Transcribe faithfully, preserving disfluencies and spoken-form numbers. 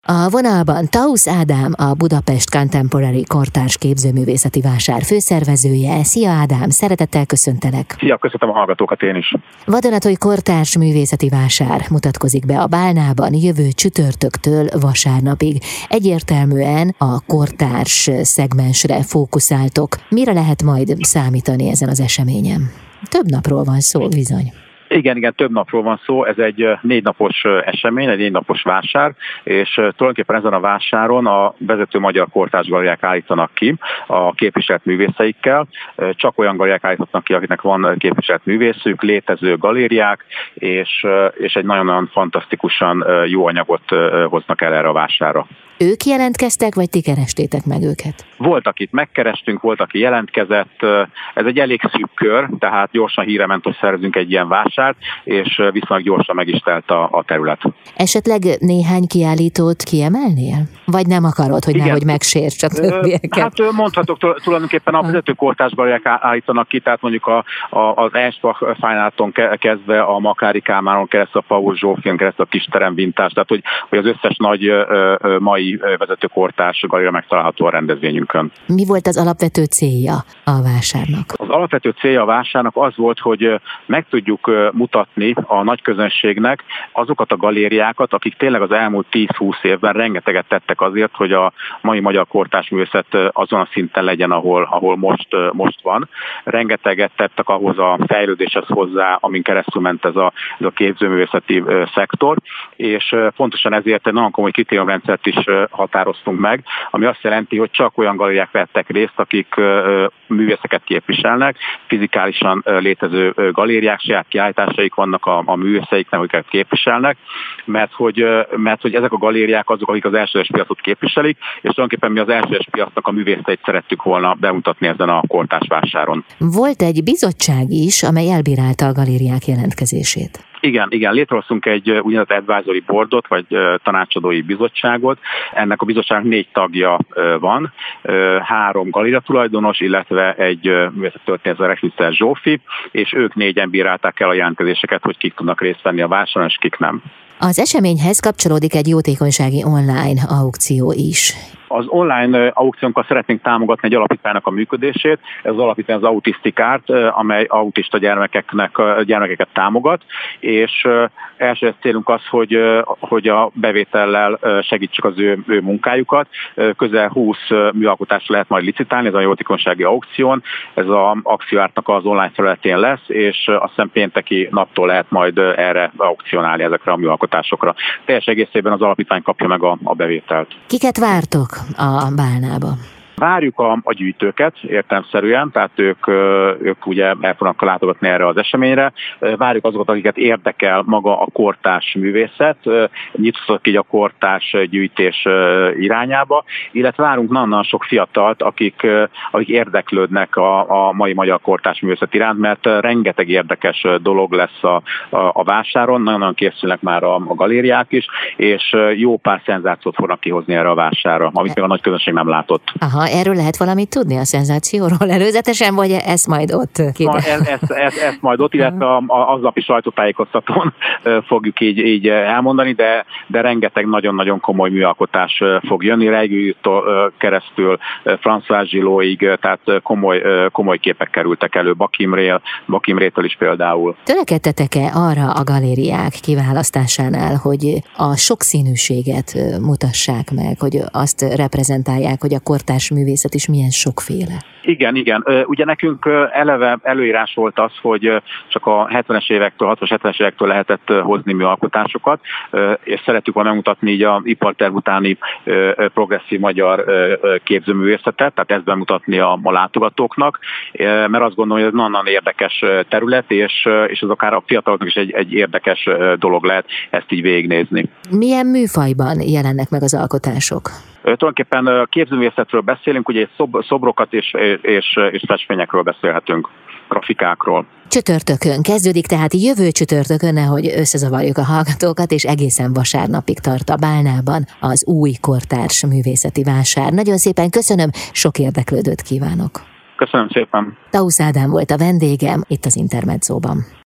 A vonalban Tausz Ádám, a Budapest Contemporary Kortárs Képzőművészeti Vásár főszervezője. Szia Ádám, szeretettel köszöntelek! Szia, köszöntöm a hallgatókat én is! Vadonatúj Kortárs Művészeti Vásár mutatkozik be a Bálnában jövő csütörtöktől vasárnapig. Egyértelműen a kortárs szegmensre fókuszáltok. Mire lehet majd számítani ezen az eseményen? Több napról van szó, bizony. Igen, igen, több napról van szó, ez egy négy napos esemény, egy négy napos vásár, és tulajdonképpen ezen a vásáron a vezető magyar kortárs galériák állítanak ki a képviselt művészeikkel. Csak olyan galériák állíthatnak ki, akiknek van képviselt művészük, létező galériák, és, és egy nagyon-nagyon fantasztikusan jó anyagot hoznak el erre a vásárra. Ők jelentkeztek, vagy ti kerestétek meg őket? Volt, akit megkerestünk, volt, aki jelentkezett. Ez egy elég szűk kör, tehát gyorsan híre ment, hogy szervezünk egy ilyen vásárt, és viszonylag gyorsan meg is telt a, a terület. Esetleg néhány kiállítót kiemelnél? Vagy nem akarod, hogy nehogy megsérts a többieket? Hát mondhatok, tulajdonképpen a vezető kortárs galériák állítanak ki, tehát mondjuk a, a, az Eschbach Fine kezdve a Makláry Kálmánon keresztül, a Paul Zsófián keresztül, a Kisterem Vintás, tehát hogy, hogy az összes nagy ö, ö, mai vezető kortárs galéria megtalálható a rendezvényünkön. Mi volt az alapvető célja a vásárnak? Az alapvető célja a vásárnak az volt, hogy meg tudjuk mutatni a nagy közönségnek azokat a galériákat, akik tényleg az elmúlt tíz-húsz évben rengeteget tettek azért, hogy a mai magyar kortárs művészet azon a szinten legyen, ahol, ahol most, most van. Rengeteget tettek ahhoz a fejlődéshez hozzá, amin keresztül ment ez a, ez a képzőművészeti szektor, és pontosan ezért egy nagyon komoly kritériumrendszert is határoztunk meg, ami azt jelenti, hogy csak olyan galériák vettek részt, akik művészeket képviselnek, fizikálisan létező galériák, saját kiállításaik vannak a, a művészeiknek, akiket képviselnek, mert hogy, mert hogy ezek a galériák azok, akik az elsődleges piacot képviselik, és tulajdonképpen mi az elsődleges piacnak a művészeit szerettük volna bemutatni ezen a kortárs vásáron. Volt egy bizottság is, amely elbírálta a galériák jelentkezését. Igen, igen, létrehoztunk egy úgynevezett advisory boardot, vagy tanácsadói bizottságot. Ennek a bizottságnak négy tagja van, három galéria tulajdonos, illetve egy művészettörténész Reschnitzer Zsófi, és ők négyen bírálták el a jelentkezéseket, hogy kik tudnak részt venni a vásáron, és kik nem. Az eseményhez kapcsolódik egy jótékonysági online aukció is. Az online aukciónkkal szeretnénk támogatni egy alapítványnak a működését. Ez az alapítvány az Autisztikárt, amely autista gyermekeknek, gyermekeket támogat, és első célunk az, hogy, hogy a bevétellel segítsük az ő, ő munkájukat. Közel húsz műalkotást lehet majd licitálni, ez a jótékonysági aukción. Ez az akcióártnak az online területén lesz, és azt hiszem pénteki naptól lehet majd erre aukcionálni, ezekre a műalkotásokra. Teljes egészében az alapítvány kapja meg a, a bevételt. Kiket vártok a Bálnába? Várjuk a, a gyűjtőket értelemszerűen, tehát ők, ők ugye el fognak látogatni erre az eseményre. Várjuk azokat, akiket érdekel maga a kortárs művészet, nyitottak így a kortárs gyűjtés irányába, illetve várunk nagyon sok fiatalt, akik, akik érdeklődnek a, a mai magyar kortárs művészet iránt, mert rengeteg érdekes dolog lesz a, a, a vásáron, nagyon-nagyon készülnek már a, a galériák is, és jó pár szenzációt fognak kihozni erre a vásárra, amit még a nagy közönség nem látott. Aha. Erről lehet valamit tudni a szenzációról előzetesen, vagy ezt majd ott kiderül? Ezt, ezt, ezt, ezt majd ott, illetve a, a, az napi sajtótájékoztatón fogjuk így, így elmondani, de, de rengeteg nagyon-nagyon komoly műalkotás fog jönni, Reigütől keresztül François Gillóig, tehát komoly, komoly képek kerültek elő, Bakimrél, Bakimrétől is például. Törekedtetek-e arra a galériák kiválasztásánál, hogy a sokszínűséget mutassák meg, hogy azt reprezentálják, hogy a kortárs művészet is milyen sokféle? Igen, igen. Ugye nekünk eleve előírás volt az, hogy csak a hetvenes évektől, hatvanas hetvenes évektől lehetett hozni műalkotásokat, és szerettük volna megmutatni így az iparterv utáni progresszív magyar képzőművészetet, tehát ezt bemutatni a, a látogatóknak, mert azt gondolom, hogy ez nagyon érdekes terület, és, és az akár a fiataloknak is egy, egy érdekes dolog lehet ezt így végignézni. Milyen műfajban jelennek meg az alkotások? Tulajdonképpen képzőművészetről beszélünk, ugye szob, szobrokat és, és, és festményekről beszélhetünk, grafikákról. Csütörtökön kezdődik, tehát jövő csütörtökön, nehogy összezavarjuk a hallgatókat, és egészen vasárnapig tart a Bálnában az új kortárs művészeti vásár. Nagyon szépen köszönöm, sok érdeklődőt kívánok. Köszönöm szépen. Tausz Ádám volt a vendégem itt az Intermedzóban.